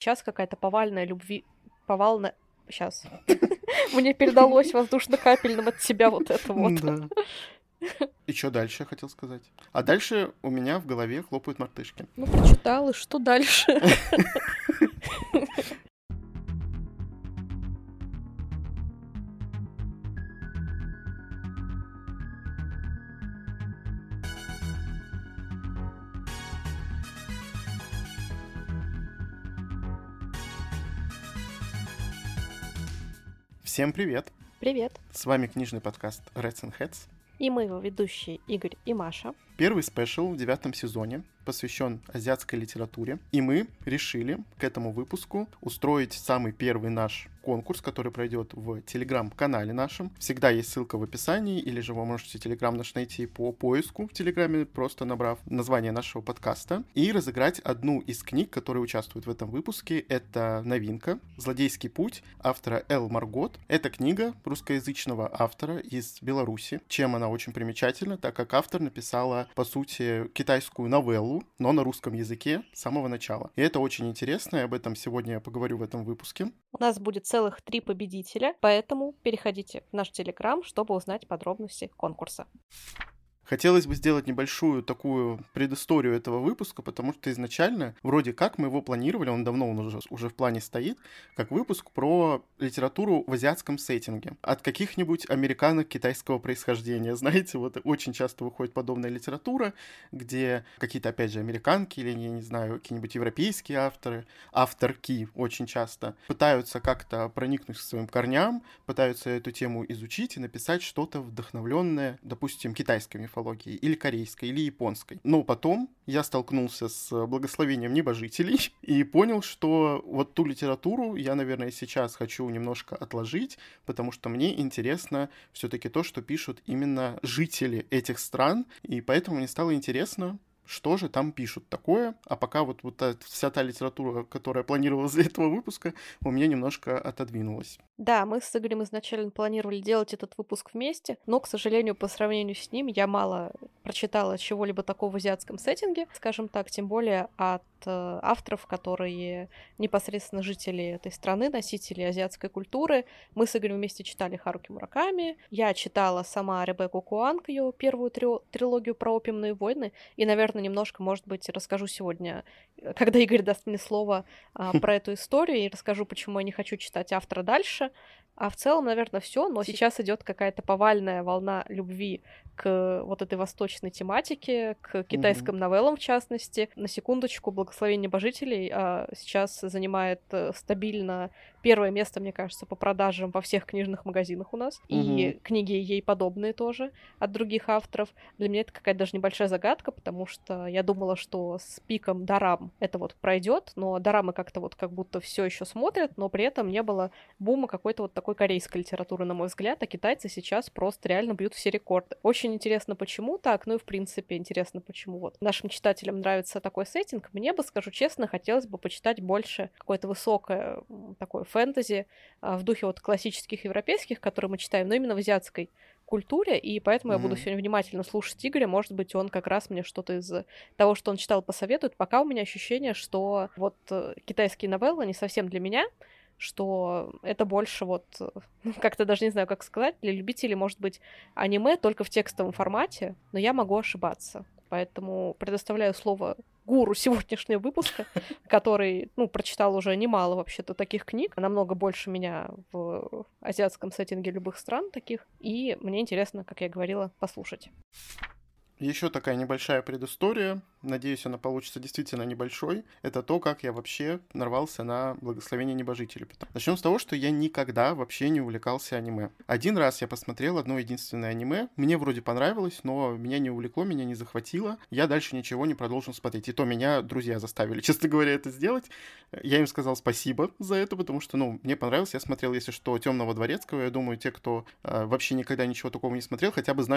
Сейчас какая-то повальная любви... Повальная... Сейчас. Мне передалось воздушно-капельным от тебя вот это вот. Да. И что дальше, я хотел сказать. А дальше у меня в голове хлопают мартышки. Ну, прочитал, и что дальше? Всем привет! Привет. С вами книжный подкаст Reds and Heads. И мы его ведущие Игорь и Маша. Первый спешл в 9 сезоне посвящен азиатской литературе. И мы решили к этому выпуску устроить самый первый наш конкурс, который пройдет в телеграм-канале нашем. Всегда есть ссылка в описании, или же вы можете телеграм наш найти по поиску в телеграме, просто набрав название нашего подкаста, и разыграть одну из книг, которые участвуют в этом выпуске. Это новинка «Злодейский путь» автора Эл Маргот. Это книга русскоязычного автора из Беларуси. Чем она очень примечательна, так как автор написала, по сути, китайскую новеллу, но на русском языке с самого начала. И это очень интересно, и об этом сегодня я поговорю в этом выпуске. У нас будет целых 3 победителя, поэтому переходите в наш телеграм, чтобы узнать подробности конкурса. Хотелось бы сделать небольшую такую предысторию этого выпуска, потому что изначально, вроде как, мы его планировали, он давно уже в плане стоит, как выпуск про литературу в азиатском сеттинге. От каких-нибудь американок китайского происхождения. Знаете, вот очень часто выходит подобная литература, где какие-то, опять же, американки или, я не знаю, какие-нибудь европейские авторы, авторки очень часто пытаются как-то проникнуть к своим корням, пытаются эту тему изучить и написать что-то вдохновленное, допустим, китайской мифологией, или корейской, или японской. Но потом я столкнулся с благословением небожителей и понял, что вот ту литературу я, наверное, сейчас хочу немножко отложить, потому что мне интересно все-таки то, что пишут именно жители этих стран, и поэтому мне стало интересно, что же там пишут такое, а пока вот вся та литература, которая планировалась для этого выпуска, у меня немножко отодвинулась. Да, мы с Игорем изначально планировали делать этот выпуск вместе, но, к сожалению, по сравнению с ним я мало прочитала чего-либо такого в азиатском сеттинге, скажем так, тем более от авторов, которые непосредственно жители этой страны, носители азиатской культуры. Мы с Игорем вместе читали Харуки Мураками, я читала сама Ребекку Куанг, ее первую трилогию про опиумные войны, и, наверное, немножко, может быть, расскажу сегодня, когда Игорь даст мне слово, про эту историю, и расскажу, почему я не хочу читать автора дальше. А в целом, наверное, все. Но сейчас идет какая-то повальная волна любви к вот этой восточной тематике, к китайским новеллам, в частности. На секундочку, «Благословение небожителей» сейчас занимает стабильно первое место, мне кажется, по продажам во всех книжных магазинах у нас. И книги ей подобные тоже от других авторов. Для меня это какая-то даже небольшая загадка, потому что я думала, что с пиком дорам это вот пройдет, но дорамы как-то вот как будто все еще смотрят, но при этом не было бума какой-то вот такой корейской литературы, на мой взгляд, а китайцы сейчас просто реально бьют все рекорды. Очень интересно, почему так, ну и в принципе интересно, почему вот нашим читателям нравится такой сеттинг. Мне бы, скажу честно, хотелось бы почитать больше какое-то высокое такое фэнтези в духе вот классических европейских, которые мы читаем, но именно в азиатской культуре, и поэтому я буду сегодня внимательно слушать Игоря. Может быть, он как раз мне что-то из того, что он читал, посоветует. Пока у меня ощущение, что вот китайские новеллы не совсем для меня, что это больше вот, как-то даже не знаю, как сказать, для любителей, может быть, аниме только в текстовом формате, но я могу ошибаться. Поэтому предоставляю слово гуру сегодняшнего выпуска, который, прочитал уже немало вообще-то таких книг, намного больше меня в азиатском сеттинге любых стран таких, и мне интересно, как я говорила, послушать. Еще такая небольшая предыстория, надеюсь, она получится действительно небольшой, это то, как я вообще нарвался на «Благословение небожителей». Начнем с того, что я никогда вообще не увлекался аниме. Один раз я посмотрел одно единственное аниме, мне вроде понравилось, но меня не увлекло, меня не захватило, я дальше ничего не продолжил смотреть. И то меня друзья заставили, честно говоря, это сделать. Я им сказал спасибо за это, потому что, мне понравилось. Я смотрел, если что, «Темного дворецкого». Я думаю, те, кто вообще никогда ничего такого не смотрел, хотя бы знают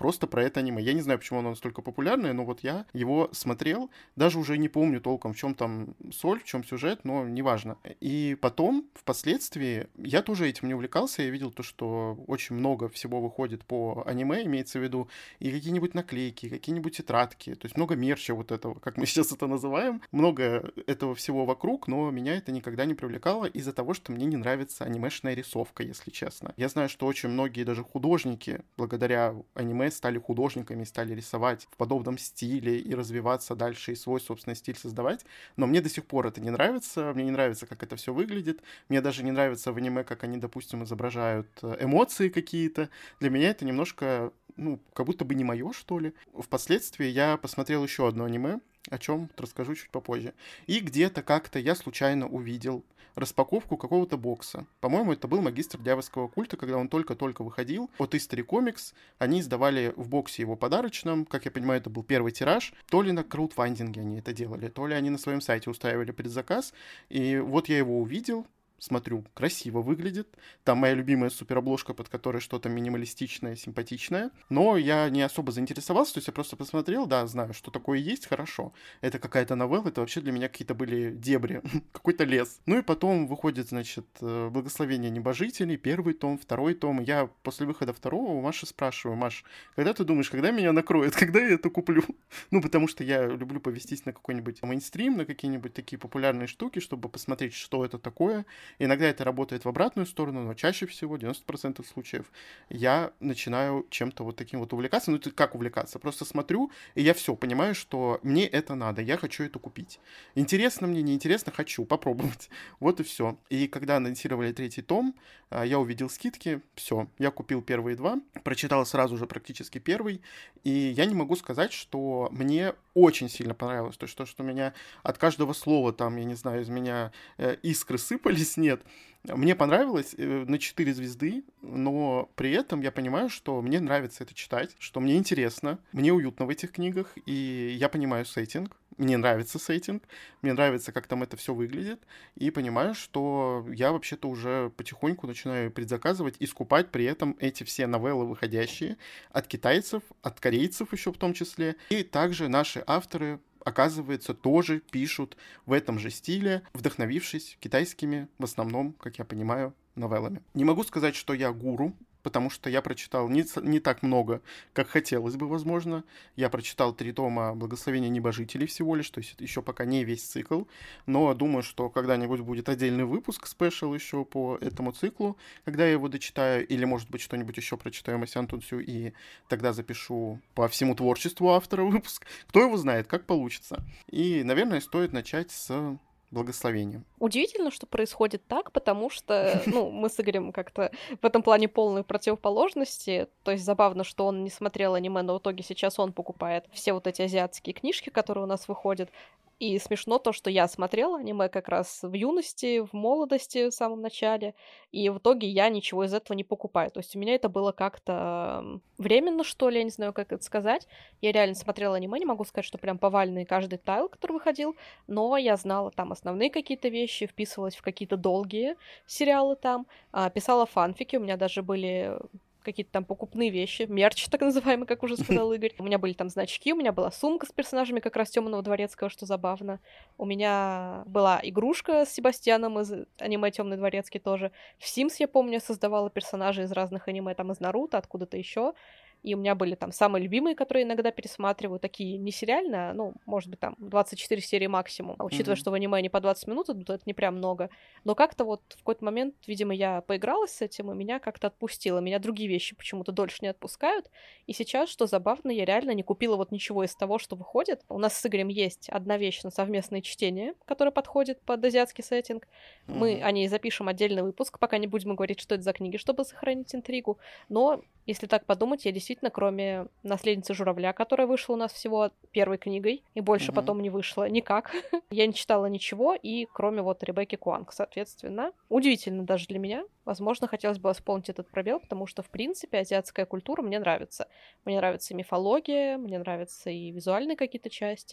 просто про это аниме. Я не знаю, почему оно настолько популярное, но вот я его смотрел, даже уже не помню толком, в чем там соль, в чем сюжет, но неважно. И потом, впоследствии, я тоже этим не увлекался, я видел то, что очень много всего выходит по аниме, имеется в виду, и какие-нибудь наклейки, какие-нибудь тетрадки, то есть много мерча вот этого, как мы сейчас это называем, много этого всего вокруг, но меня это никогда не привлекало из-за того, что мне не нравится анимешная рисовка, если честно. Я знаю, что очень многие даже художники, благодаря аниме, стали художниками, стали рисовать в подобном стиле и развиваться дальше, и свой собственный стиль создавать, но мне до сих пор это не нравится, мне не нравится, как это все выглядит, мне даже не нравится в аниме, как они, допустим, изображают эмоции какие-то. Для меня это немножко, как будто бы не мое, что ли. Впоследствии я посмотрел еще одно аниме, о чем расскажу чуть попозже. И где-то как-то я случайно увидел распаковку какого-то бокса. По-моему, это был «Магистр дьявольского культа», когда он только-только выходил. От History Comics они издавали в боксе его подарочном. Как я понимаю, это был первый тираж. То ли на краудфандинге они это делали, то ли они на своем сайте устраивали предзаказ. И вот я его увидел, смотрю, красиво выглядит. Там моя любимая суперобложка, под которой что-то минималистичное, симпатичное. Но я не особо заинтересовался, то есть я просто посмотрел, да, знаю, что такое есть, хорошо. Это какая-то новелла, это вообще для меня какие-то были дебри, какой-то лес. Ну и потом выходит, значит, «Благословение небожителей», первый том, второй том. И я после выхода второго у Маши спрашиваю: Маш, когда ты думаешь, когда меня накроет, когда я это куплю? Потому что я люблю повестись на какой-нибудь мейнстрим, на какие-нибудь такие популярные штуки, чтобы посмотреть, что это такое. Иногда это работает в обратную сторону, но чаще всего, 90% случаев, я начинаю чем-то вот таким вот увлекаться. Это как увлекаться? Просто смотрю, и я все понимаю, что мне это надо, я хочу это купить. Интересно мне, неинтересно, хочу попробовать. Вот и все. И когда анонсировали третий том, я увидел скидки, все, я купил первые два, прочитал сразу же практически первый, и я не могу сказать, что мне очень сильно понравилось. То есть то, что у меня от каждого слова там, я не знаю, из меня искры сыпались, нет. Мне понравилось на 4 звезды, но при этом я понимаю, что мне нравится это читать, что мне интересно, мне уютно в этих книгах, и я понимаю сеттинг, мне нравится сеттинг, мне нравится, как там это все выглядит, и понимаю, что я вообще-то уже потихоньку начинаю предзаказывать и скупать при этом эти все новеллы выходящие от китайцев, от корейцев еще в том числе, и также наши авторы, оказывается, тоже пишут в этом же стиле, вдохновившись китайскими, в основном, как я понимаю, новеллами. Не могу сказать, что я гуру, потому что я прочитал не так много, как хотелось бы, возможно. Я прочитал 3 тома «Благословения небожителей» всего лишь, то есть это еще пока не весь цикл, но думаю, что когда-нибудь будет отдельный выпуск, спешл еще по этому циклу, когда я его дочитаю, или, может быть, что-нибудь еще прочитаю Масян Тунцю, и тогда запишу по всему творчеству автора выпуск. Кто его знает, как получится. И, наверное, стоит начать с «Благословением». Удивительно, что происходит так, потому что, мы с Игорем как-то в этом плане полные противоположности. То есть забавно, что он не смотрел аниме, но в итоге сейчас он покупает все вот эти азиатские книжки, которые у нас выходят. И смешно то, что я смотрела аниме как раз в юности, в молодости, в самом начале, и в итоге я ничего из этого не покупаю. То есть у меня это было как-то временно, что ли, я не знаю, как это сказать. Я реально смотрела аниме, не могу сказать, что прям повальный каждый тайл, который выходил, но я знала там основные какие-то вещи, вписывалась в какие-то долгие сериалы там, писала фанфики, у меня даже были какие-то там покупные вещи, мерч, так называемый, как уже сказал Игорь. У меня были там значки, у меня была сумка с персонажами как раз Темного дворецкого, что забавно. У меня была игрушка с Себастьяном из аниме Темный дворецкий тоже. В Sims, я помню, создавала персонажей из разных аниме, там из Наруто, откуда-то еще. И у меня были там самые любимые, которые иногда пересматриваю, такие не сериальные, может быть, там 24 серии максимум. А учитывая, что в аниме они по 20 минут идут, это не прям много. Но как-то вот в какой-то момент, видимо, я поигралась с этим, и меня как-то отпустило. Меня другие вещи почему-то дольше не отпускают. И сейчас, что забавно, я реально не купила вот ничего из того, что выходит. У нас с Игорем есть одна вещь на совместное чтение, которая подходит под азиатский сеттинг. Мы о ней запишем отдельный выпуск, пока не будем говорить, что это за книги, чтобы сохранить интригу. Но, если так подумать, я действительно, кроме «Наследницы журавля», которая вышла у нас всего первой книгой, и больше потом не вышла никак, я не читала ничего, и кроме вот Ребекки Куанг, соответственно. Удивительно даже для меня. Возможно, хотелось бы восполнить этот пробел, потому что, в принципе, азиатская культура мне нравится. Мне нравится и мифология, мне нравятся и визуальные какие-то части.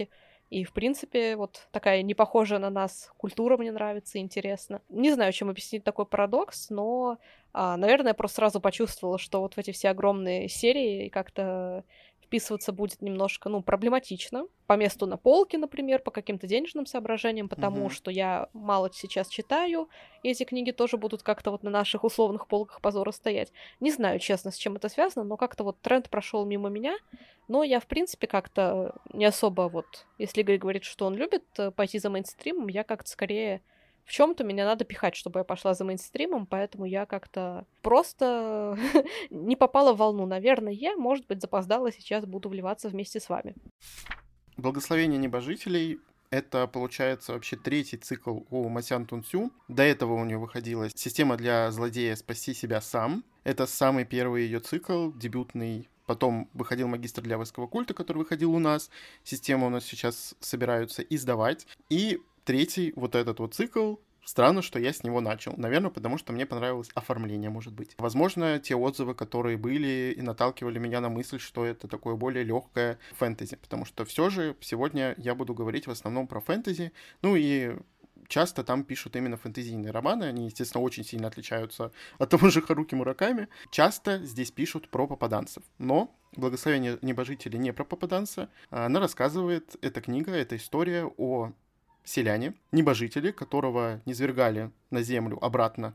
И, в принципе, вот такая не похожая на нас культура мне нравится, интересно. Не знаю, чем объяснить такой парадокс, но, наверное, я просто сразу почувствовала, что вот в эти все огромные серии как-то вписываться будет немножко, проблематично. По месту на полке, например, по каким-то денежным соображениям, потому что я мало сейчас читаю, и эти книги тоже будут как-то вот на наших условных полках позора стоять. Не знаю, честно, с чем это связано, но как-то вот тренд прошел мимо меня, но я, в принципе, как-то не особо вот... Если Игорь говорит, что он любит пойти за мейнстримом, я как-то скорее... В чем-то меня надо пихать, чтобы я пошла за мейнстримом, поэтому я как-то просто не попала в волну. Наверное, я, может быть, запоздала, сейчас буду вливаться вместе с вами. «Благословение небожителей» — это, получается, вообще третий цикл у Масян Тунцю. До этого у нее выходила «Система для злодея спасти себя сам». Это самый первый ее цикл, дебютный. Потом выходил «Магистр для войскового культа», который выходил у нас. Систему у нас сейчас собираются издавать. И третий вот этот вот цикл. Странно, что я с него начал. Наверное, потому что мне понравилось оформление, может быть. Возможно, те отзывы, которые были и наталкивали меня на мысль, что это такое более легкое фэнтези. Потому что все же сегодня я буду говорить в основном про фэнтези. Ну и часто там пишут именно фэнтезийные романы. Они, естественно, очень сильно отличаются от того же Харуки Мураками. Часто здесь пишут про попаданцев. Но «Благословение небожителей» не про попаданца. Она рассказывает, эта книга, эта история о селяне, небожители, которого низвергали на землю обратно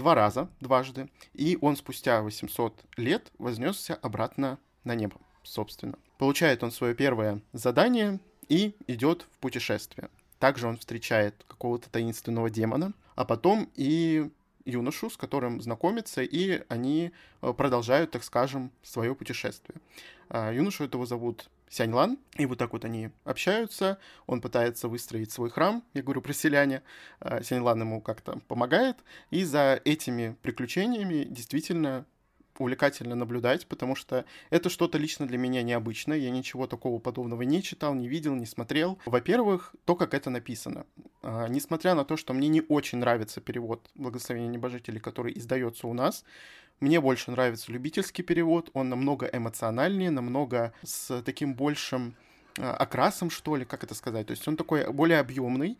дважды, и он спустя 800 лет вознесся обратно на небо, собственно. Получает он свое первое задание и идет в путешествие. Также он встречает какого-то таинственного демона, а потом и юношу, с которым знакомится, и они продолжают, так скажем, свое путешествие. Юношу этого зовут Сяньлан, и вот так вот они общаются, он пытается выстроить свой храм, я говорю про селяне, Сяньлан ему как-то помогает, и за этими приключениями действительно увлекательно наблюдать, потому что это что-то лично для меня необычное, я ничего такого подобного не читал, не видел, не смотрел. Во-первых, то, как это написано. Несмотря на то, что мне не очень нравится перевод «Благословение небожителей», который издается у нас, мне больше нравится любительский перевод, он намного эмоциональнее, намного с таким большим окрасом, что ли, как это сказать. То есть он такой более объемный.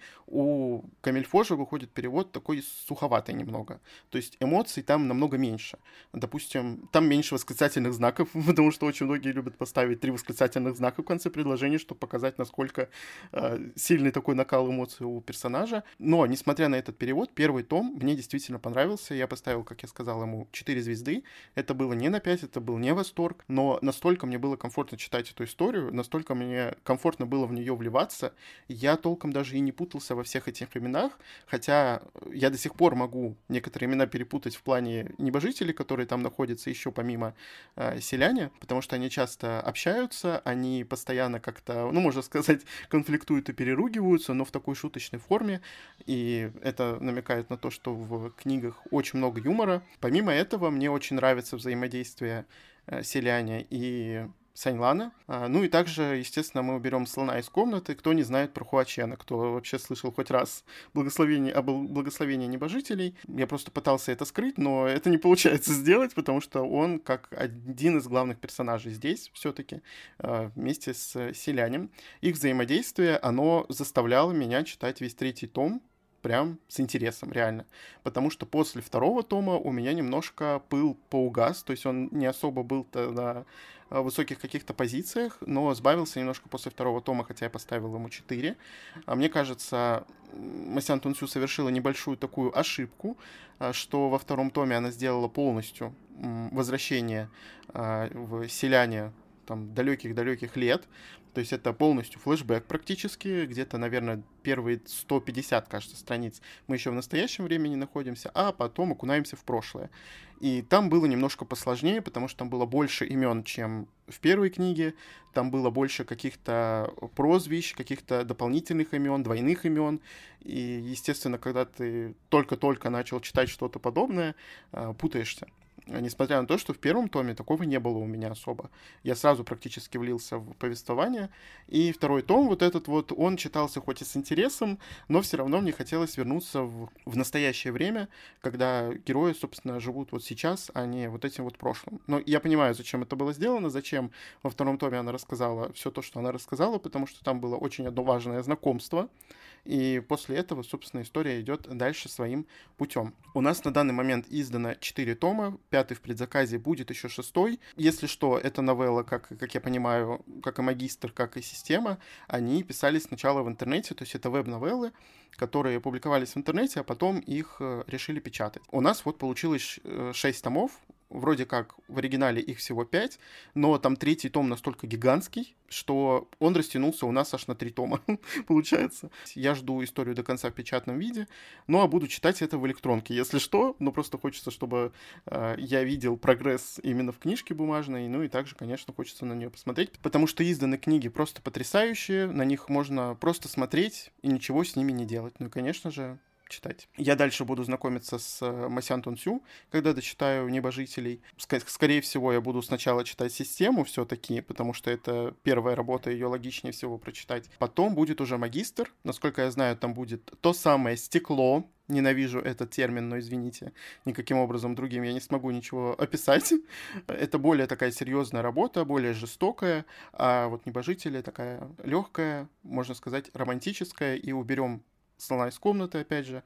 У Камильфо же выходит перевод такой суховатый немного. То есть эмоций там намного меньше. Допустим, там меньше восклицательных знаков, потому что очень многие любят поставить 3 восклицательных знака в конце предложения, чтобы показать, насколько сильный такой накал эмоций у персонажа. Но, несмотря на этот перевод, первый том мне действительно понравился. Я поставил, как я сказал, ему 4 звезды. Это было не на 5, это был не восторг, но настолько мне было комфортно читать эту историю, настолько мне комфортно было в нее вливаться, я толком даже и не путался во всех этих именах, хотя я до сих пор могу некоторые имена перепутать в плане небожителей, которые там находятся еще помимо селяне, потому что они часто общаются, они постоянно как-то, можно сказать, конфликтуют и переругиваются, но в такой шуточной форме, и это намекает на то, что в книгах очень много юмора. Помимо этого, мне очень нравится взаимодействие селяне и Сяньлана. Ну и также, естественно, мы уберем слона из комнаты. Кто не знает про Хуачена, кто вообще слышал хоть раз благословение небожителей. Я просто пытался это скрыть, но это не получается сделать, потому что он как один из главных персонажей здесь все-таки вместе с селянем. Их взаимодействие, оно заставляло меня читать весь 3-й том прям с интересом, реально. Потому что после 2-го тома у меня немножко пыл поугас, то есть он не особо был на высоких каких-то позициях, но сбавился немножко после 2-го тома, хотя я поставил ему 4. Мне кажется, Масян Тунцю совершила небольшую такую ошибку, что во 2-м томе она сделала полностью возвращение в селяне там далеких-далеких лет. То есть это полностью флешбэк практически, где-то, наверное, первые 150, кажется, страниц мы еще в настоящем времени находимся, а потом окунаемся в прошлое. И там было немножко посложнее, потому что там было больше имен, чем в первой книге, там было больше каких-то прозвищ, каких-то дополнительных имен, двойных имен, и, естественно, когда ты только-только начал читать что-то подобное, путаешься. несмотря на то, что в первом томе такого не было у меня особо. Я сразу практически влился в повествование, и второй том, вот этот вот, он читался хоть и с интересом, но все равно мне хотелось вернуться в настоящее время, когда герои, собственно, живут вот сейчас, а не вот этим вот прошлым. Но я понимаю, зачем это было сделано, зачем во втором томе она рассказала все то, что она рассказала, потому что там было очень одно важное знакомство, и после этого, собственно, история идет дальше своим путем. У нас на данный момент издано 4 тома, 5 в предзаказе, будет еще 6. Если что, эта новелла, как я понимаю, как и магистр, как и система, они писались сначала в интернете, то есть это веб-новеллы, которые публиковались в интернете, а потом их решили печатать. У нас вот получилось 6 томов, вроде как в оригинале их всего 5, но там 3-й том настолько гигантский, что он растянулся у нас аж на 3 тома, получается. Я жду историю до конца в печатном виде, ну а буду читать это в электронке, если что, но просто хочется, чтобы я видел прогресс именно в книжке бумажной, ну и также, конечно, хочется на нее посмотреть, потому что изданы книги просто потрясающие, на них можно просто смотреть и ничего с ними не делать. Ну и, конечно же, читать. Я дальше буду знакомиться с Масян Тунсю, когда дочитаю «Небожителей». Скорее всего, я буду сначала читать «Систему» все-таки, потому что это первая работа, ее логичнее всего прочитать. Потом будет уже «Магистр». Насколько я знаю, там будет то самое «Стекло». Ненавижу этот термин, но извините, никаким образом другим я не смогу ничего описать. Это более такая серьезная работа, более жестокая, а вот «Небожители» такая легкая, можно сказать, романтическая, и уберем «Слона из комнаты», опять же,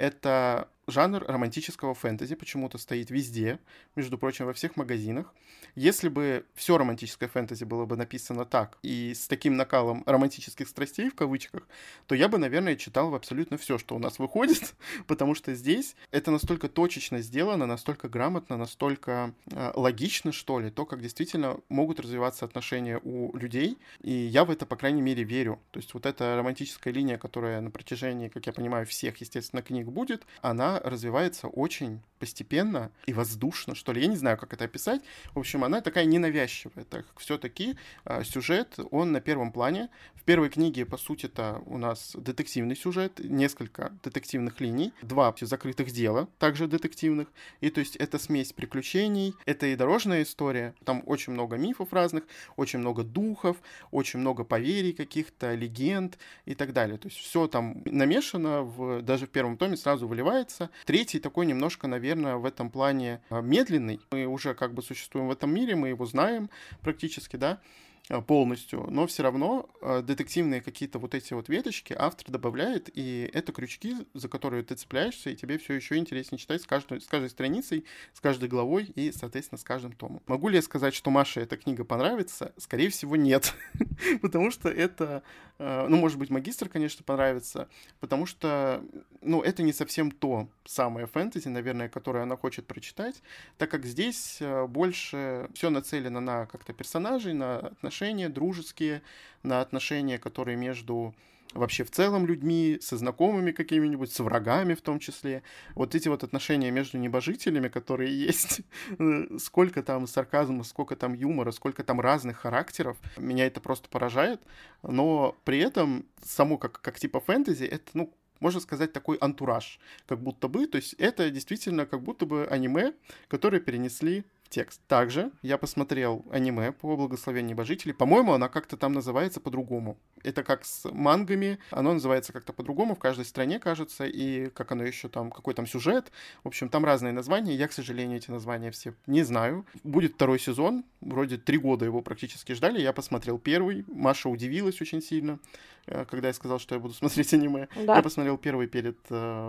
это жанр романтического фэнтези, почему-то стоит везде, между прочим, во всех магазинах. Если бы все романтическое фэнтези было бы написано так и с таким накалом романтических страстей, в кавычках, то я бы, наверное, читал абсолютно все, что у нас выходит, потому что здесь это настолько точечно сделано, настолько грамотно, настолько логично, что ли, то, как действительно могут развиваться отношения у людей, и я в это, по крайней мере, верю. То есть вот эта романтическая линия, которая на протяжении, как я понимаю, всех, естественно, книг будет, она развивается очень постепенно и воздушно, что ли. Я не знаю, как это описать. В общем, она такая ненавязчивая. Так как все-таки сюжет, он на первом плане. В первой книге, по сути, это у нас детективный сюжет, несколько детективных линий, 2 закрытых дела, также детективных. И то есть это смесь приключений, это и дорожная история. Там очень много мифов разных, очень много духов, очень много поверий каких-то, легенд и так далее. То есть все там намешано, даже в первом томе сразу выливается. Третий такой немножко, наверное, в этом плане медленный. Мы уже как бы существуем в этом мире, мы его знаем практически, да, полностью, но все равно детективные какие-то вот эти вот веточки автор добавляет, и это крючки, за которые ты цепляешься, и тебе все еще интереснее читать с каждой страницей, с каждой главой и, соответственно, с каждым томом. Могу ли я сказать, что Маше эта книга понравится? Скорее всего, нет. Потому что это, ну, может быть, магистр, конечно, понравится, потому что, ну, это не совсем то самое фэнтези, наверное, которое она хочет прочитать, так как здесь больше все нацелено на как-то персонажей, на отношения дружеские, на отношения, которые между вообще в целом людьми, со знакомыми какими-нибудь, с врагами в том числе. Вот эти вот отношения между небожителями, которые есть, сколько там сарказма, сколько там юмора, сколько там разных характеров, меня это просто поражает, но при этом само как типа фэнтези, это, ну, можно сказать, такой антураж, как будто бы, то есть это действительно как будто бы аниме, которое перенесли в текст. Также я посмотрел аниме по «Благословению небожителей». По-моему, она как-то там называется по-другому. Это как с мангами, оно называется как-то по-другому в каждой стране, кажется, и как оно еще там, какой там сюжет. В общем, там разные названия, я, к сожалению, эти названия все не знаю. Будет 2 сезон, вроде 3 года его практически ждали, я посмотрел 1, Маша удивилась очень сильно, когда я сказал, что я буду смотреть аниме. Да. Я посмотрел 1 перед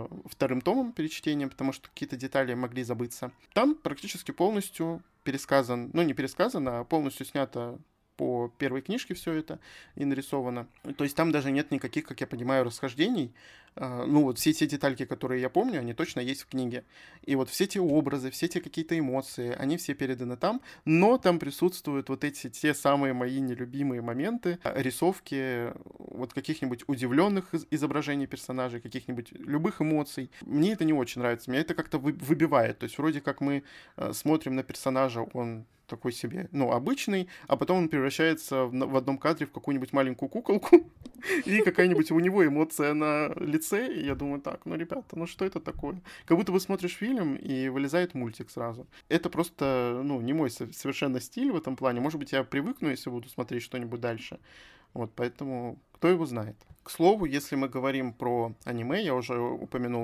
2 томом, перед чтением, потому что какие-то детали могли забыться. Там практически полностью пересказан, ну не пересказан, а полностью снято по первой книжке все это и нарисовано. То есть там даже нет никаких, как я понимаю, расхождений. Ну вот все те детальки, которые я помню, они точно есть в книге. И вот все те образы, все те какие-то эмоции, они все переданы там, но там присутствуют вот эти те самые мои нелюбимые моменты, рисовки вот каких-нибудь удивленных изображений персонажей, каких-нибудь любых эмоций. Мне это не очень нравится, меня это как-то выбивает. То есть вроде как мы смотрим на персонажа, он такой себе, ну, обычный, а потом он превращается в одном кадре в какую-нибудь маленькую куколку, и какая-нибудь у него эмоция на лице лице, и я думаю, так, ну, ребята, ну что это такое? Как будто бы смотришь фильм, и вылезает мультик сразу. Это просто, ну, не мой совершенно стиль в этом плане. Может быть, я привыкну, если буду смотреть что-нибудь дальше. Вот, поэтому кто его знает. К слову, если мы говорим про аниме, я уже упомянул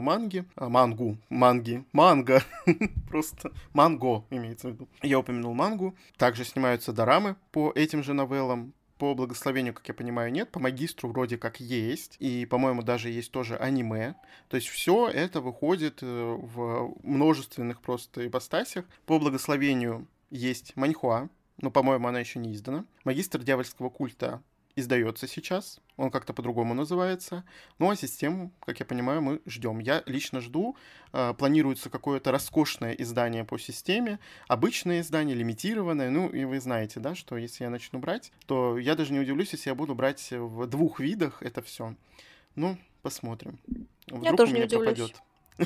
манга, просто манго имеется в виду. Я упомянул мангу, также снимаются дорамы по этим же новеллам. По благословению, как я понимаю, нет, по магистру вроде как есть, и, по-моему, даже есть тоже аниме. То есть все это выходит в множественных просто ипостасях. По благословению есть маньхуа, но, по-моему, она еще не издана. Магистр дьявольского культа издается сейчас, он как-то по-другому называется. Ну а систему, как я понимаю, мы ждем. Я лично жду. Планируется какое-то роскошное издание по системе, обычное издание, лимитированное. Ну и вы знаете, да, что если я начну брать, то я даже не удивлюсь, если я буду брать в 2 видах это все. Ну, посмотрим. Я тоже не удивлюсь. Пропадет.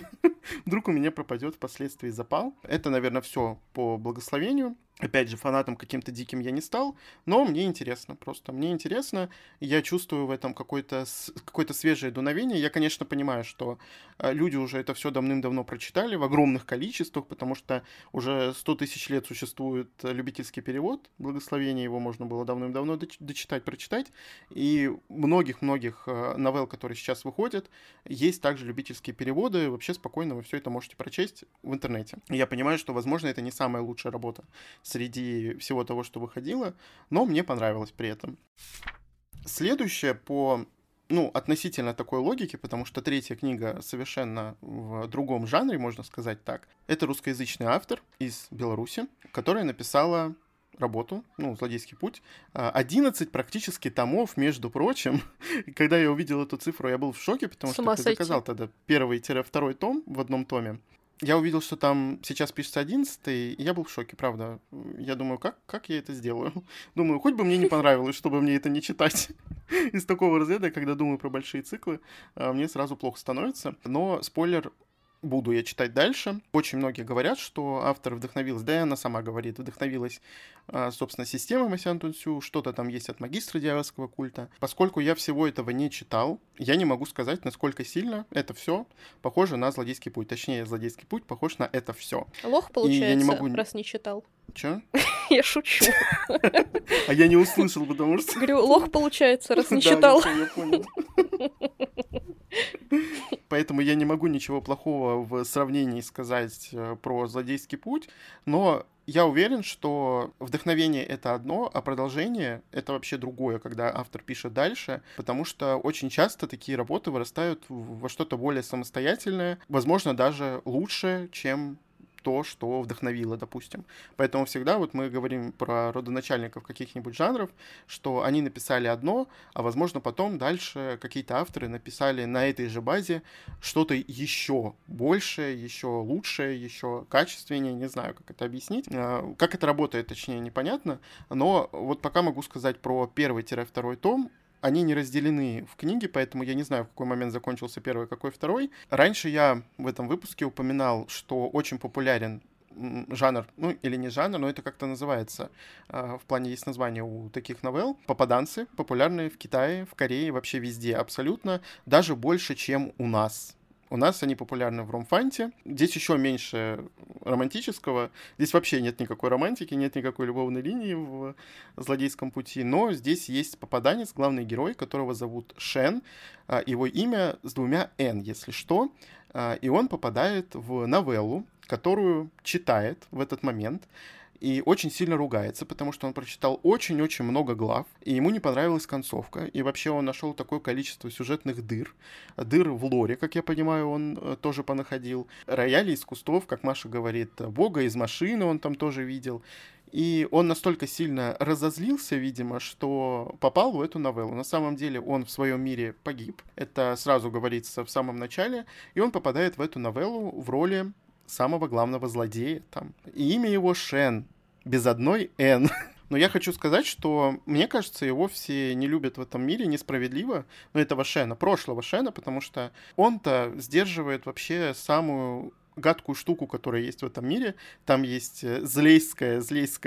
Вдруг у меня пропадет впоследствии запал. Это, наверное, все по благословению. Опять же, фанатом каким-то диким я не стал, но мне интересно, просто мне интересно, я чувствую в этом какое-то свежее дуновение. Я, конечно, понимаю, что люди уже это все давным-давно прочитали в огромных количествах, потому что уже 100 тысяч лет существует любительский перевод, благословение его можно было давным-давно дочитать, прочитать, и многих-многих новелл, которые сейчас выходят, есть также любительские переводы, вообще спокойно вы все это можете прочесть в интернете. Я понимаю, что, возможно, это не самая лучшая работа среди всего того, что выходило, но мне понравилось при этом. Следующее по, относительно такой логике, потому что 3-я книга совершенно в другом жанре, можно сказать так. Это русскоязычный автор из Беларуси, которая написала работу, «Злодейский путь». 11 практически томов, между прочим. Когда я увидел эту цифру, я был в шоке, потому что ты заказал тогда 1-2 том в одном томе. Я увидел, что там сейчас пишется 11-й, и я был в шоке, правда. Я думаю, как я это сделаю? Думаю, хоть бы мне не понравилось, чтобы мне это не читать. Из такого разряда, когда думаю про большие циклы, мне сразу плохо становится. Но спойлер, буду я читать дальше. Очень многие говорят, что автор вдохновилась, да и она сама говорит, вдохновилась, собственно, системой Масян Тунсю, что-то там есть от магистра дьявольского культа. Поскольку я всего этого не читал, я не могу сказать, насколько сильно это все похоже на «Злодейский путь». Точнее, «Злодейский путь» похож на это все. Лох, получается, раз не читал. Чё? Я шучу. А я не услышал, потому что... Говорю, лох, получается, раз не читал. Да, я понял. Поэтому я не могу ничего плохого в сравнении сказать про «Злодейский путь», но я уверен, что вдохновение — это одно, а продолжение — это вообще другое, когда автор пишет дальше, потому что очень часто такие работы вырастают во что-то более самостоятельное, возможно, даже лучше, чем то, что вдохновило, допустим. Поэтому всегда вот мы говорим про родоначальников каких-нибудь жанров, что они написали одно, а возможно потом дальше какие-то авторы написали на этой же базе что-то еще большее, еще лучшее, еще качественнее, не знаю, как это объяснить. Как это работает, точнее, непонятно, но вот пока могу сказать про 1-2 том. Они не разделены в книге, поэтому я не знаю, в какой момент закончился 1-й, какой 2-й. Раньше я в этом выпуске упоминал, что очень популярен жанр, или не жанр, но это как-то называется. В плане есть название у таких новелл. Попаданцы, популярные в Китае, в Корее, вообще везде абсолютно, даже больше, чем у нас. У нас они популярны в ромфанте. Здесь еще меньше романтического. Здесь вообще нет никакой романтики, нет никакой любовной линии в «Злодейском пути». Но здесь есть попаданец, главный герой, которого зовут Шен. Его имя с 2 «Н», если что. И он попадает в новеллу, которую читает в этот момент. И очень сильно ругается, потому что он прочитал очень-очень много глав, и ему не понравилась концовка. И вообще он нашел такое количество сюжетных дыр. Дыр в лоре, как я понимаю, он тоже понаходил. Рояли из кустов, как Маша говорит, бога из машины он там тоже видел. И он настолько сильно разозлился, видимо, что попал в эту новеллу. На самом деле он в своем мире погиб. Это сразу говорится в самом начале. И он попадает в эту новеллу в роли самого главного злодея там. И имя его Шен, без одной «Н». Но я хочу сказать, что, мне кажется, его все не любят в этом мире несправедливо, этого Шена, прошлого Шена, потому что он-то сдерживает вообще самую гадкую штуку, которая есть в этом мире. Там есть злейское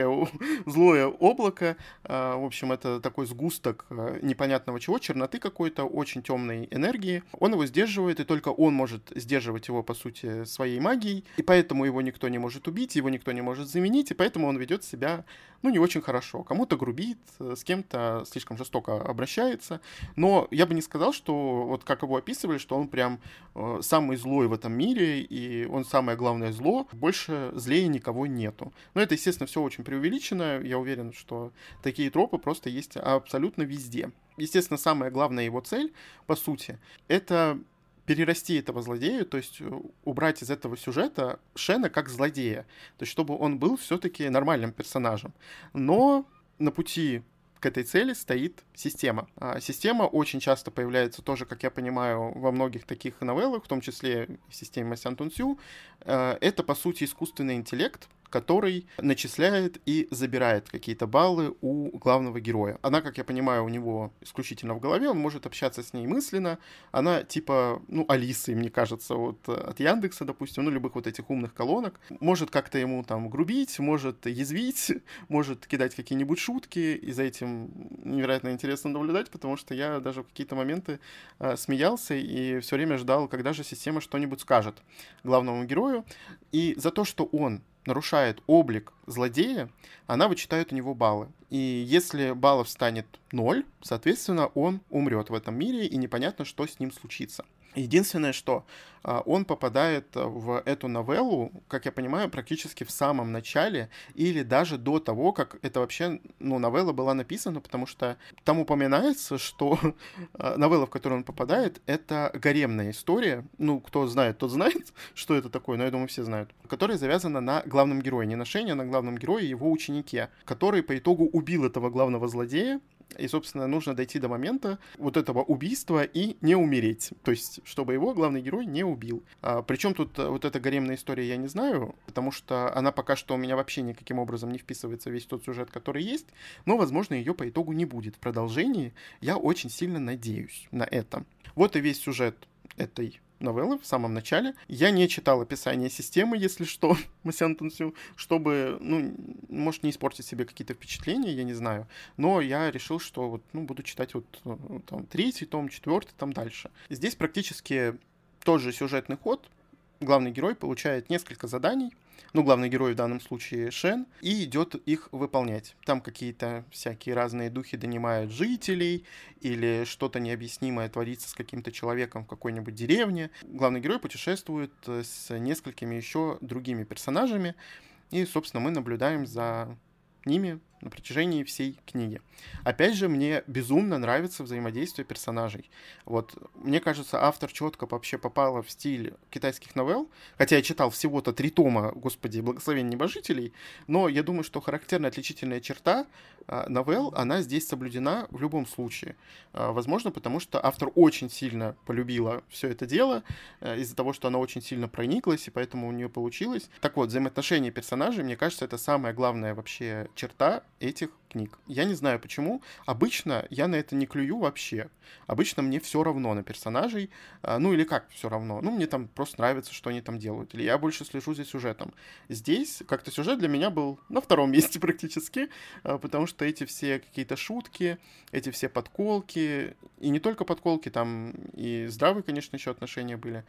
злое облако. В общем, это такой сгусток непонятного чего, черноты какой-то, очень темной энергии. Он его сдерживает, и только он может сдерживать его, по сути, своей магией. И поэтому его никто не может убить, его никто не может заменить, и поэтому он ведет себя, ну, не очень хорошо. Кому-то грубит, с кем-то слишком жестоко обращается. Но я бы не сказал, что, вот как его описывали, что он прям самый злой в этом мире, и он самое главное зло, больше злее никого нету. Но это, естественно, все очень преувеличено. Я уверен, что такие тропы просто есть абсолютно везде. Естественно, самая главная его цель, по сути, это перерасти этого злодея, то есть убрать из этого сюжета Шена как злодея, то есть чтобы он был все-таки нормальным персонажем. Но на пути к этой цели стоит система. Система очень часто появляется тоже, как я понимаю, во многих таких новеллах, в том числе в системе Масян Тунсю. Это, по сути, искусственный интеллект, который начисляет и забирает какие-то баллы у главного героя. Она, как я понимаю, у него исключительно в голове, он может общаться с ней мысленно. Она типа, ну, Алисы, мне кажется, вот от Яндекса, допустим, ну, любых вот этих умных колонок. Может как-то ему там грубить, может язвить, может кидать какие-нибудь шутки, и за этим невероятно интересно наблюдать, потому что я даже в какие-то моменты смеялся и все время ждал, когда же система что-нибудь скажет главному герою. И за то, что он нарушает облик злодея, она вычитает у него баллы. И если баллов станет 0, соответственно, он умрет в этом мире, и непонятно, что с ним случится. Единственное, что он попадает в эту новеллу, как я понимаю, практически в самом начале или даже до того, как это вообще, ну, новелла была написана, потому что там упоминается, что новелла, в которую он попадает, это гаремная история. Ну, кто знает, тот знает, что это такое, но я думаю, все знают. Которая завязана на главном герое, не на Шене, а на главном герое, его ученике, который по итогу убил этого главного злодея. И, собственно, нужно дойти до момента вот этого убийства и не умереть. То есть, чтобы его главный герой не убил. Причем тут вот эта гаремная история, я не знаю, потому что она пока что у меня вообще никаким образом не вписывается в весь тот сюжет, который есть. Но, возможно, ее по итогу не будет в продолжении. Я очень сильно надеюсь на это. Вот и весь сюжет этой новеллы в самом начале. Я не читал описание системы, если что, Масян Тунсю, чтобы, ну, может, не испортить себе какие-то впечатления, я не знаю. Но я решил, что вот, ну, буду читать вот там 3-й том, 4-й, там дальше. Здесь практически тот же сюжетный ход. Главный герой получает несколько заданий, ну, главный герой в данном случае Шен, и идет их выполнять. Там какие-то всякие разные духи донимают жителей, или что-то необъяснимое творится с каким-то человеком в какой-нибудь деревне. Главный герой путешествует с несколькими еще другими персонажами, и, собственно, мы наблюдаем за ними на протяжении всей книги. Опять же, мне безумно нравится взаимодействие персонажей. Вот, мне кажется, автор четко вообще попала в стиль китайских новелл, хотя я читал всего-то 3 тома, господи, благословение небожителей, но я думаю, что характерная отличительная черта новелл, она здесь соблюдена в любом случае. Возможно, потому что автор очень сильно полюбила все это дело, из-за того, что она очень сильно прониклась, и поэтому у нее получилось. Так вот, взаимоотношения персонажей, мне кажется, это самая главная вообще черта этих книг. Я не знаю почему. Обычно я на это не клюю вообще. Обычно мне все равно на персонажей. Ну или как все равно? Ну мне там просто нравится, что они там делают. Или я больше слежу за сюжетом. Здесь как-то сюжет для меня был на 2-м месте практически, потому что эти все какие-то шутки, эти все подколки, и не только подколки, там и здравые, конечно, еще отношения были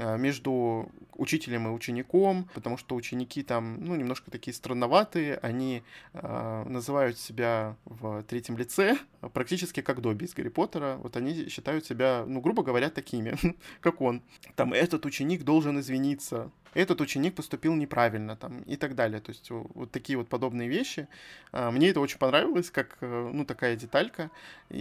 между учителем и учеником, потому что ученики там, ну, немножко такие странноватые, они называют себя в 3-м лице практически как Добби из Гарри Поттера. Вот они считают себя, ну, грубо говоря, такими, как он. Там, этот ученик должен извиниться, этот ученик поступил неправильно, там, и так далее. То есть вот такие вот подобные вещи. Мне это очень понравилось, как, ну, такая деталька.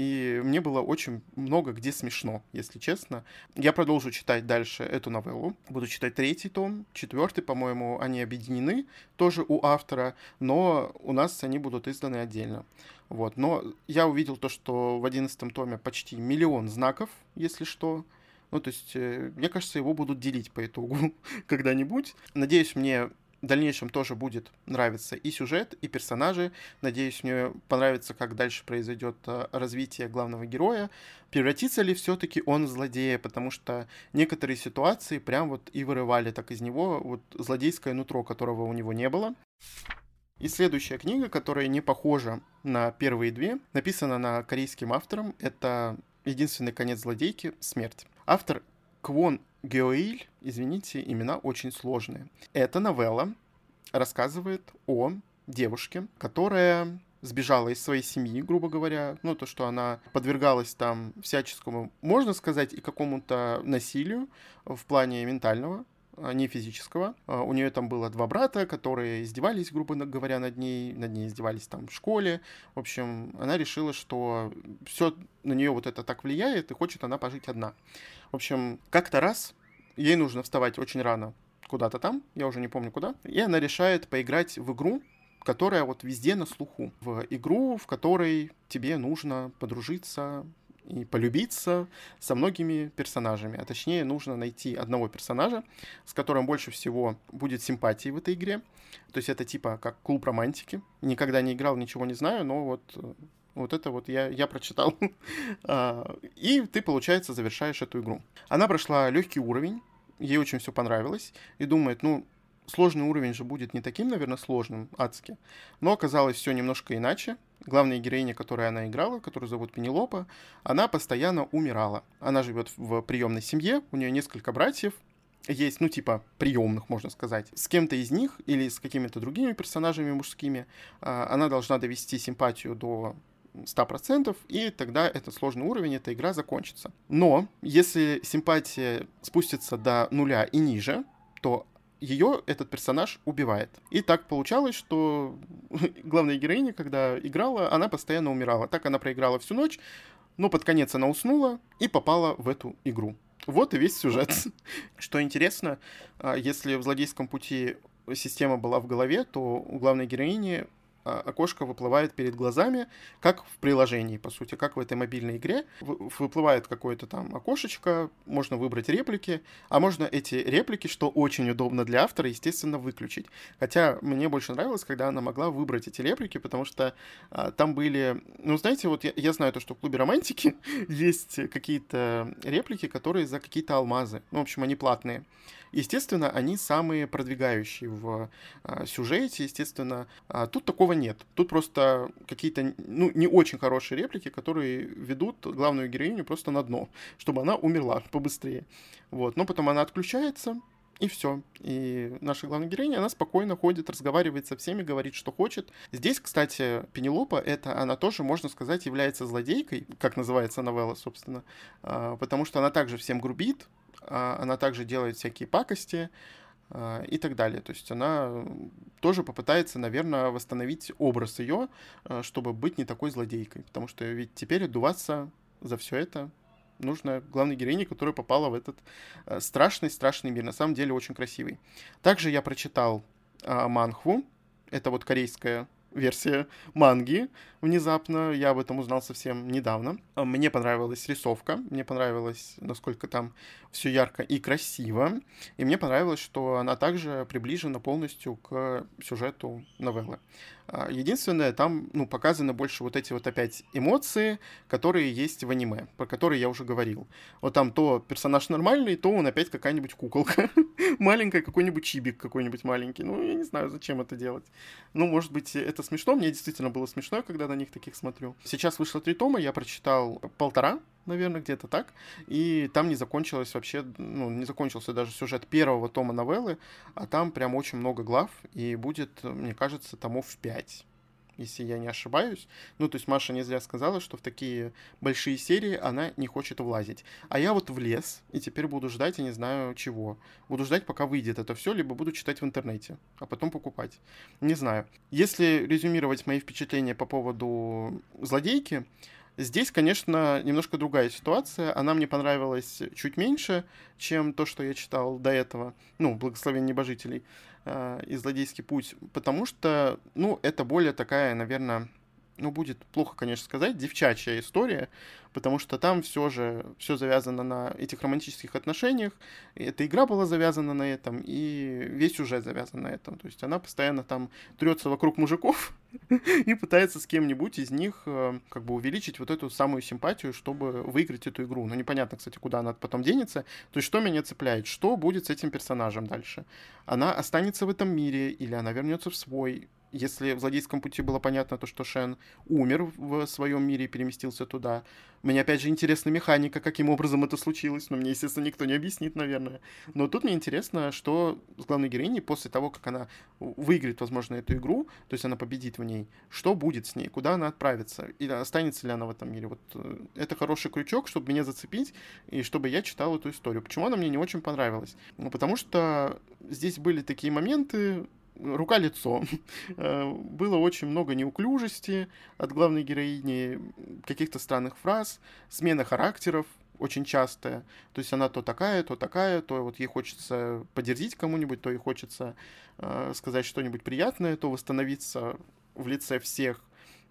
И мне было очень много где смешно, если честно. Я продолжу читать дальше эту новеллу. Буду читать 3-й том, 4-й, по-моему, они объединены тоже у автора, но у нас они будут изданы отдельно. Вот. Но я увидел то, что в 11-м томе почти 1 000 000 знаков, если что. Ну, то есть, мне кажется, его будут делить по итогу когда-нибудь. Надеюсь, мне в дальнейшем тоже будет нравиться и сюжет, и персонажи. Надеюсь, мне понравится, как дальше произойдет развитие главного героя. Превратится ли все-таки он в злодея, потому что некоторые ситуации прям вот и вырывали так из него вот злодейское нутро, которого у него не было. И следующая книга, которая не похожа на первые две, написана на корейским автором. Это «Единственный конец злодейки. Смерть». Автор Квон Геоиль, извините, имена очень сложные. Эта новелла рассказывает о девушке, которая сбежала из своей семьи, грубо говоря. Ну, то, что она подвергалась там всяческому, можно сказать, и какому-то насилию в плане ментального, не физического. У нее там было 2 брата, которые издевались, грубо говоря, над ней издевались там в школе. В общем, она решила, что все на нее вот это так влияет, и хочет она пожить одна. В общем, как-то раз ей нужно вставать очень рано куда-то там, я уже не помню куда, и она решает поиграть в игру, которая вот везде на слуху. В игру, в которой тебе нужно подружиться и полюбиться со многими персонажами. А точнее, нужно найти одного персонажа, с которым больше всего будет симпатии в этой игре. То есть это типа как клуб романтики. Никогда не играл, ничего не знаю, но вот это вот я прочитал. И ты, получается, завершаешь эту игру. Она прошла легкий уровень, ей очень все понравилось, и думает, сложный уровень же будет не таким, наверное, сложным, адски. Но оказалось все немножко иначе. Главная героиня, которую она играла, которую зовут Пенелопа, она постоянно умирала. Она живет в приемной семье, у нее несколько братьев, есть, приемных, можно сказать. С кем-то из них или с какими-то другими персонажами мужскими она должна довести симпатию до 100%, и тогда этот сложный уровень, эта игра закончится. Но если симпатия спустится до 0 и ниже, то ее этот персонаж убивает. И так получалось, что главная героиня, когда играла, она постоянно умирала. Так она проиграла всю ночь, но под конец она уснула и попала в эту игру. Вот и весь сюжет. Что интересно, если в «Злодейском пути» система была в голове, то у главной героини окошко выплывает перед глазами, как в приложении, по сути, как в этой мобильной игре. Выплывает какое-то там окошечко, можно выбрать реплики, а можно эти реплики, что очень удобно для автора, естественно, выключить. Хотя мне больше нравилось, когда она могла выбрать эти реплики, потому что там были... знаете, вот я знаю то, что в клубе романтики есть какие-то реплики, которые за какие-то алмазы. В общем, они платные. Естественно, они самые продвигающие в сюжете, естественно. Тут такого нет. Тут просто какие-то, не очень хорошие реплики, которые ведут главную героиню просто на дно, чтобы она умерла побыстрее. Вот. Но потом она отключается, и все. И наша главная героиня, она спокойно ходит, разговаривает со всеми, говорит, что хочет. Здесь, кстати, Пенелопа, она тоже, можно сказать, является злодейкой, как называется новелла, собственно, потому что она также всем грубит, она также делает всякие пакости и так далее. То есть она тоже попытается, наверное, восстановить образ ее, чтобы быть не такой злодейкой. Потому что ведь теперь отдуваться за все это нужно главной героине, которая попала в этот страшный мир. На самом деле очень красивый. Также я прочитал манхву. Это вот корейская версия манги внезапно. Я об этом узнал совсем недавно. Мне понравилась рисовка, мне понравилось, насколько там все ярко и красиво. И мне понравилось, что она также приближена полностью к сюжету новеллы. Единственное, там показаны больше вот эти вот опять эмоции, которые есть в аниме, про которые я уже говорил. Вот там то персонаж нормальный, то он опять какая-нибудь куколка. Маленькая, какой-нибудь чибик какой-нибудь маленький. Я не знаю, зачем это делать. Может быть, это смешно. Мне действительно было смешно, когда на них таких смотрю. Сейчас вышло 3 тома, я прочитал 1,5, наверное, где-то так. И там не закончилось вообще, не закончился даже сюжет первого тома новеллы, а там прям очень много глав, и будет, мне кажется, томов 5. Если я не ошибаюсь. То есть Маша не зря сказала, что в такие большие серии она не хочет влазить. А я вот влез, и теперь буду ждать, я не знаю чего. Буду ждать, пока выйдет это все, либо буду читать в интернете, а потом покупать. Не знаю. Если резюмировать мои впечатления по поводу «Злодейки», здесь, конечно, немножко другая ситуация. Она мне понравилась чуть меньше, чем то, что я читал до этого. «Благословение небожителей» и «Злодейский путь», потому что, это более такая, наверное, ну, будет плохо, конечно, сказать, девчачья история, потому что там все же все завязано на этих романтических отношениях. И эта игра была завязана на этом, и весь сюжет завязан на этом. То есть она постоянно там трется вокруг мужиков и пытается с кем-нибудь из них как бы увеличить вот эту самую симпатию, чтобы выиграть эту игру. Но непонятно, кстати, куда она потом денется. То есть что меня цепляет? Что будет с этим персонажем дальше? Она останется в этом мире или она вернется в свой? Если в «Злодейском пути» было понятно то, что Шен умер в своем мире и переместился туда. Мне, опять же, интересна механика, каким образом это случилось, но мне, естественно, никто не объяснит, наверное. Но тут мне интересно, что с главной героиней после того, как она выиграет, возможно, эту игру, то есть она победит в ней, что будет с ней, куда она отправится, и останется ли она в этом мире. Вот это хороший крючок, чтобы меня зацепить, и чтобы я читал эту историю. Почему она мне не очень понравилась? Ну, потому что здесь были такие моменты, рука-лицо. Было очень много неуклюжести от главной героини, каких-то странных фраз, смена характеров очень частая. То есть она то такая, то вот ей хочется подерзить кому-нибудь, то ей хочется сказать что-нибудь приятное, то восстановиться в лице всех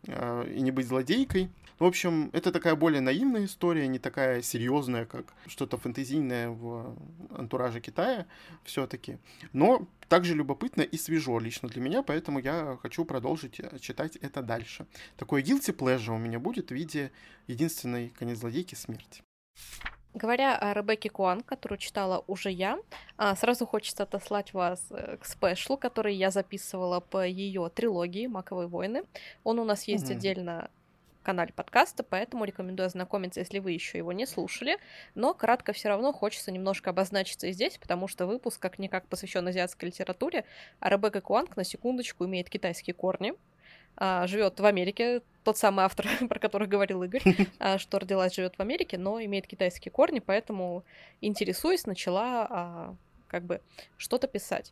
и не быть злодейкой. В общем, это такая более наивная история, не такая серьезная, как что-то фэнтезийное в антураже Китая все-таки. Но также любопытно и свежо лично для меня, поэтому я хочу продолжить читать это дальше. Такой guilty pleasure у меня будет в виде единственной конец злодейки смерти. Говоря о Ребекке Куан, которую читала уже я, сразу хочется отослать вас к спешлу, который я записывала по ее трилогии «Маковые войны». Он у нас есть отдельно в канале подкаста, поэтому рекомендую ознакомиться, если вы еще его не слушали. Но кратко все равно хочется немножко обозначиться и здесь, потому что выпуск как-никак посвящен азиатской литературе, а Ребекка Куанг, на секундочку, имеет китайские корни. Живет в Америке, тот самый автор, про который говорил Игорь, что родилась, живет в Америке, но имеет китайские корни, поэтому, интересуясь, начала как бы что-то писать.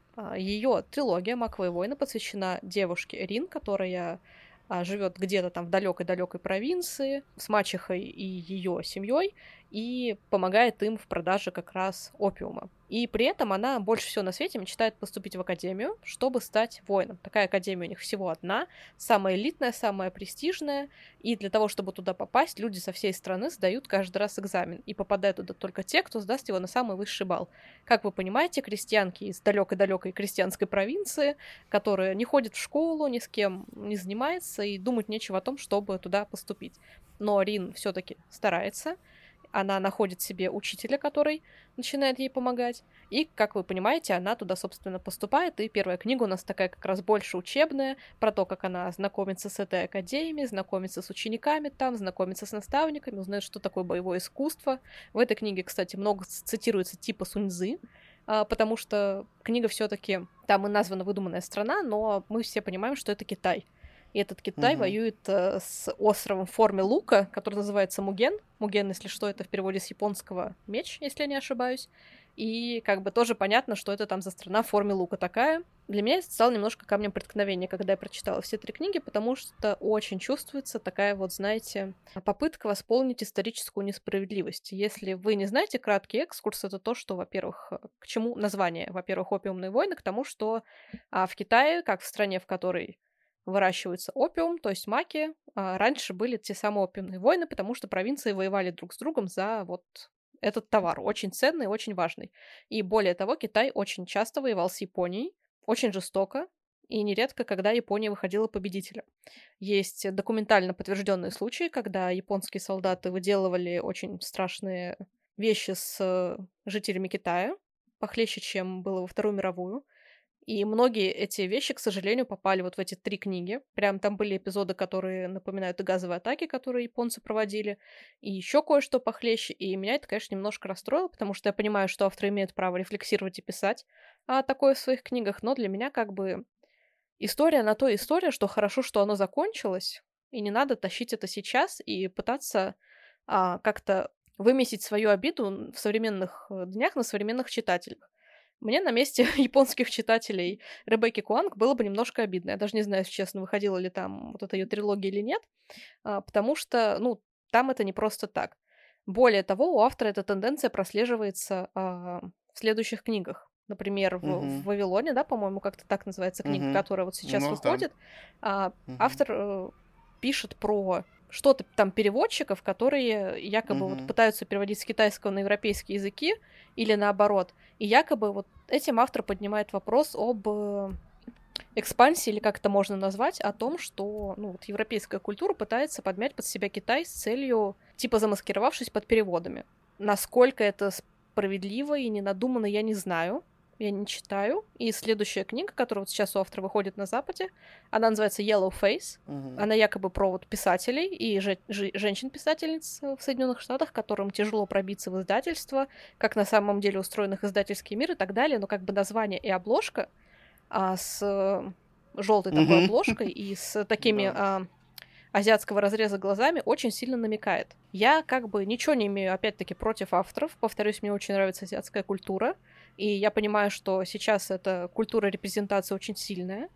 Ее трилогия «Маковые войны» посвящена девушке Рин, которая живет где-то там в далекой-далекой провинции с мачехой и ее семьей и помогает им в продаже как раз опиума. И при этом она больше всего на свете мечтает поступить в академию, чтобы стать воином. Такая академия у них всего одна, самая элитная, самая престижная, и для того, чтобы туда попасть, люди со всей страны сдают каждый раз экзамен, и попадают туда только те, кто сдаст его на самый высший балл. Как вы понимаете, крестьянки из далекой-далекой крестьянской провинции, которые не ходят в школу, ни с кем не занимаются, и думать нечего о том, чтобы туда поступить. Но Рин все-таки старается. Она находит себе учителя, который начинает ей помогать. И, как вы понимаете, она туда, собственно, поступает. И первая книга у нас такая как раз больше учебная, про то, как она знакомится с этой академией, знакомится с учениками там, знакомится с наставниками, узнает, что такое боевое искусство. В этой книге, кстати, много цитируется типа Сунь-цзы, потому что книга все-таки там и названа «Выдуманная страна», но мы все понимаем, что это Китай. И этот Китай воюет с островом в форме лука, который называется Муген. Муген, если что, это в переводе с японского меч, если я не ошибаюсь. И как бы тоже понятно, что это там за страна в форме лука такая. Для меня это стало немножко камнем преткновения, когда я прочитала все 3 книги, потому что очень чувствуется такая вот, знаете, попытка восполнить историческую несправедливость. Если вы не знаете, краткий экскурс — это то, что, во-первых, к чему название? Во-первых, «Опиумные войны», к тому, что в Китае, как в стране, в которой выращивается опиум, то есть маки. Раньше были те самые опиумные войны, потому что провинции воевали друг с другом за вот этот товар, очень ценный, очень важный. И более того, Китай очень часто воевал с Японией, очень жестоко, и нередко, когда Япония выходила победителем. Есть документально подтвержденные случаи, когда японские солдаты выделывали очень страшные вещи с жителями Китая, похлеще, чем было во Вторую мировую. И многие эти вещи, к сожалению, попали вот в эти 3 книги. Прям там были эпизоды, которые напоминают и газовые атаки, которые японцы проводили, и еще кое-что похлеще. И меня это, конечно, немножко расстроило, потому что я понимаю, что авторы имеют право рефлексировать и писать такое в своих книгах, но для меня как бы история на то история, что хорошо, что оно закончилось, и не надо тащить это сейчас и пытаться как-то вымесить свою обиду в современных днях на современных читателях. Мне на месте японских читателей Ребекки Куанг было бы немножко обидно. Я даже не знаю, если честно, выходила ли там вот эта ее трилогия или нет, потому что, ну, там это не просто так. Более того, у автора эта тенденция прослеживается в следующих книгах. Например, в «Вавилоне», да, по-моему, как-то так называется книга, которая вот сейчас выходит. Автор пишет про что-то там переводчиков, которые якобы вот пытаются переводить с китайского на европейские языки или наоборот. И якобы вот этим автор поднимает вопрос об экспансии, или как это можно назвать, о том, что вот европейская культура пытается подмять под себя Китай с целью, типа замаскировавшись под переводами. Насколько это справедливо и ненадуманно, я не знаю. Я не читаю. И следующая книга, которая вот сейчас у автора выходит на Западе, она называется Yellow Face. Она якобы про вот писателей и женщин-писательниц в Соединенных Штатах, которым тяжело пробиться в издательство, как на самом деле устроен их издательский мир и так далее. Но как бы название и обложка с желтой такой обложкой и с такими азиатского разреза глазами очень сильно намекает. Я как бы ничего не имею, опять-таки, против авторов. Повторюсь, мне очень нравится азиатская культура. И я понимаю, что сейчас эта культура репрезентации очень сильная.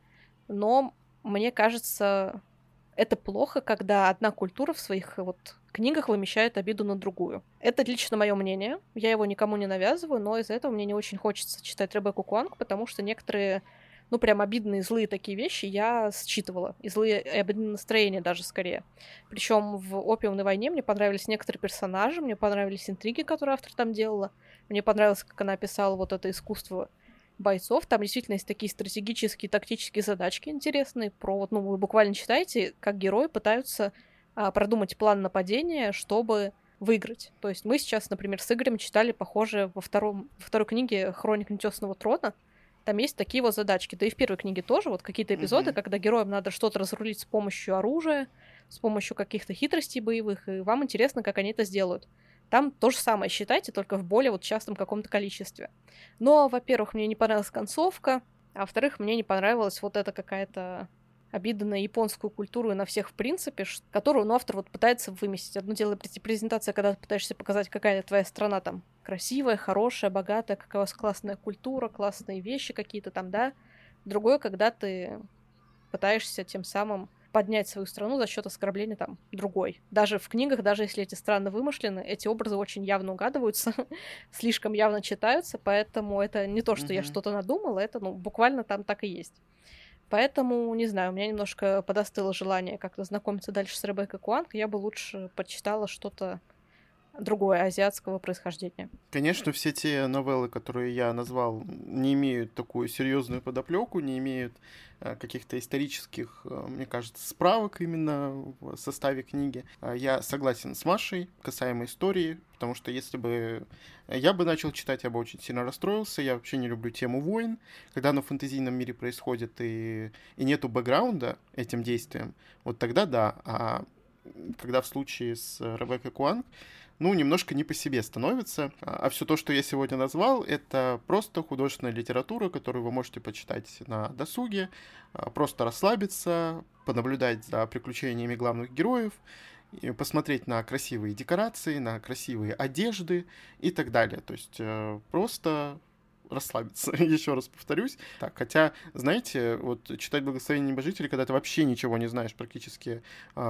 Но мне кажется, это плохо, когда одна культура в своих вот книгах вымещает обиду на другую. Это лично мое мнение. Я его никому не навязываю, но из-за этого мне не очень хочется читать Ребекку Куанг, потому что некоторые прям обидные, злые такие вещи я считывала. И злые, и обидные настроения даже скорее. Причем в «Опиумной войне» мне понравились некоторые персонажи, мне понравились интриги, которые автор там делала. Мне понравилось, как она описала вот это искусство бойцов. Там действительно есть такие стратегические, тактические задачки интересные. Про вот, вы буквально читаете, как герои пытаются продумать план нападения, чтобы выиграть. То есть мы сейчас, например, с Игорем читали похожее во второй книге «Хроник Нетесного трона». Там есть такие вот задачки. Да и в первой книге тоже вот какие-то эпизоды, когда героям надо что-то разрулить с помощью оружия, с помощью каких-то хитростей боевых, и вам интересно, как они это сделают. Там то же самое, считайте, только в более вот частом каком-то количестве. Но, во-первых, мне не понравилась концовка, а во-вторых, мне не понравилась вот эта какая-то обида на японскую культуру и на всех в принципе, которую автор вот пытается выместить. Одно дело презентация, когда ты пытаешься показать, какая твоя страна там красивая, хорошая, богатая, какая у вас классная культура, классные вещи какие-то там, да. Другое, когда ты пытаешься тем самым поднять свою страну за счет оскорбления там другой. Даже в книгах, даже если эти страны вымышлены, эти образы очень явно угадываются, слишком явно читаются, поэтому это не то, что я что-то надумала, это буквально там так и есть. Поэтому, не знаю, у меня немножко подостыло желание как-то знакомиться дальше с Ребеккой Куанг. Я бы лучше почитала что-то другое, азиатского происхождения. Конечно, все те новеллы, которые я назвал, не имеют такую серьезную подоплеку, не имеют каких-то исторических, мне кажется, справок именно в составе книги. Я согласен с Машей касаемо истории, потому что если бы я бы начал читать, я бы очень сильно расстроился. Я вообще не люблю тему войн. Когда оно в фэнтезийном мире происходит и нету бэкграунда этим действиям, вот тогда да. А когда в случае с Ребеккой Куанг, немножко не по себе становится. А все то, что я сегодня назвал, это просто художественная литература, которую вы можете почитать на досуге, просто расслабиться, понаблюдать за приключениями главных героев, и посмотреть на красивые декорации, на красивые одежды и так далее. То есть просто расслабиться, еще раз повторюсь. Так, хотя, знаете, вот читать «Благословение небожителей», когда ты вообще ничего не знаешь практически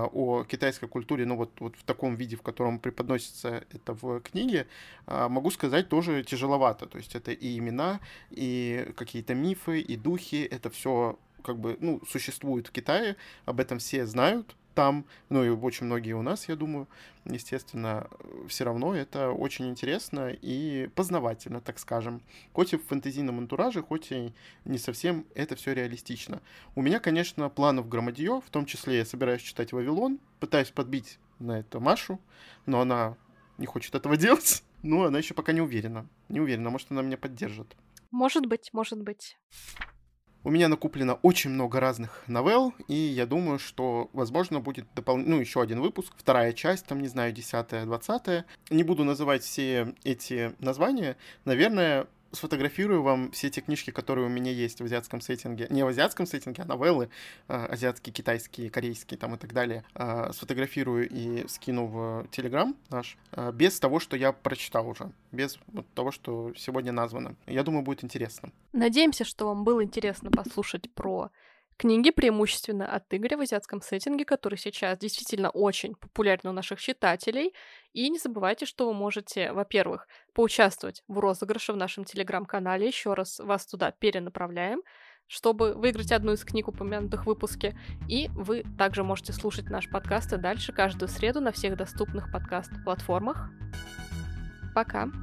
о китайской культуре, вот в таком виде, в котором преподносится это в книге, могу сказать, тоже тяжеловато. То есть это и имена, и какие-то мифы, и духи, это все как бы, существует в Китае, об этом все знают там, и очень многие у нас, я думаю, естественно, все равно это очень интересно и познавательно, так скажем. Хоть и в фэнтезийном антураже, хоть и не совсем это все реалистично. У меня, конечно, планов громадье, в том числе я собираюсь читать «Вавилон», пытаюсь подбить на это Машу, но она не хочет этого делать. Она еще пока не уверена. Не уверена, может, она меня поддержит. Может быть, может быть. У меня накуплено очень много разных новелл, и я думаю, что, возможно, будет еще один выпуск, вторая часть, там, не знаю, 10-я, 20-я. Не буду называть все эти названия. Наверное, сфотографирую вам все те книжки, которые у меня есть в азиатском сеттинге. Не в азиатском сеттинге, а новеллы азиатские, китайские, корейские там и так далее. Сфотографирую и скину в Телеграм наш, без того, что я прочитал уже. Без того, что сегодня названо. Я думаю, будет интересно. Надеемся, что вам было интересно послушать про книги, преимущественно от Игоря в азиатском сеттинге, который сейчас действительно очень популярен у наших читателей. И не забывайте, что вы можете, во-первых, поучаствовать в розыгрыше в нашем телеграм-канале. Еще раз вас туда перенаправляем. чтобы выиграть одну из книг, упомянутых в выпуске. И вы также можете слушать наш подкаст и дальше каждую среду на всех доступных подкаст-платформах. Пока!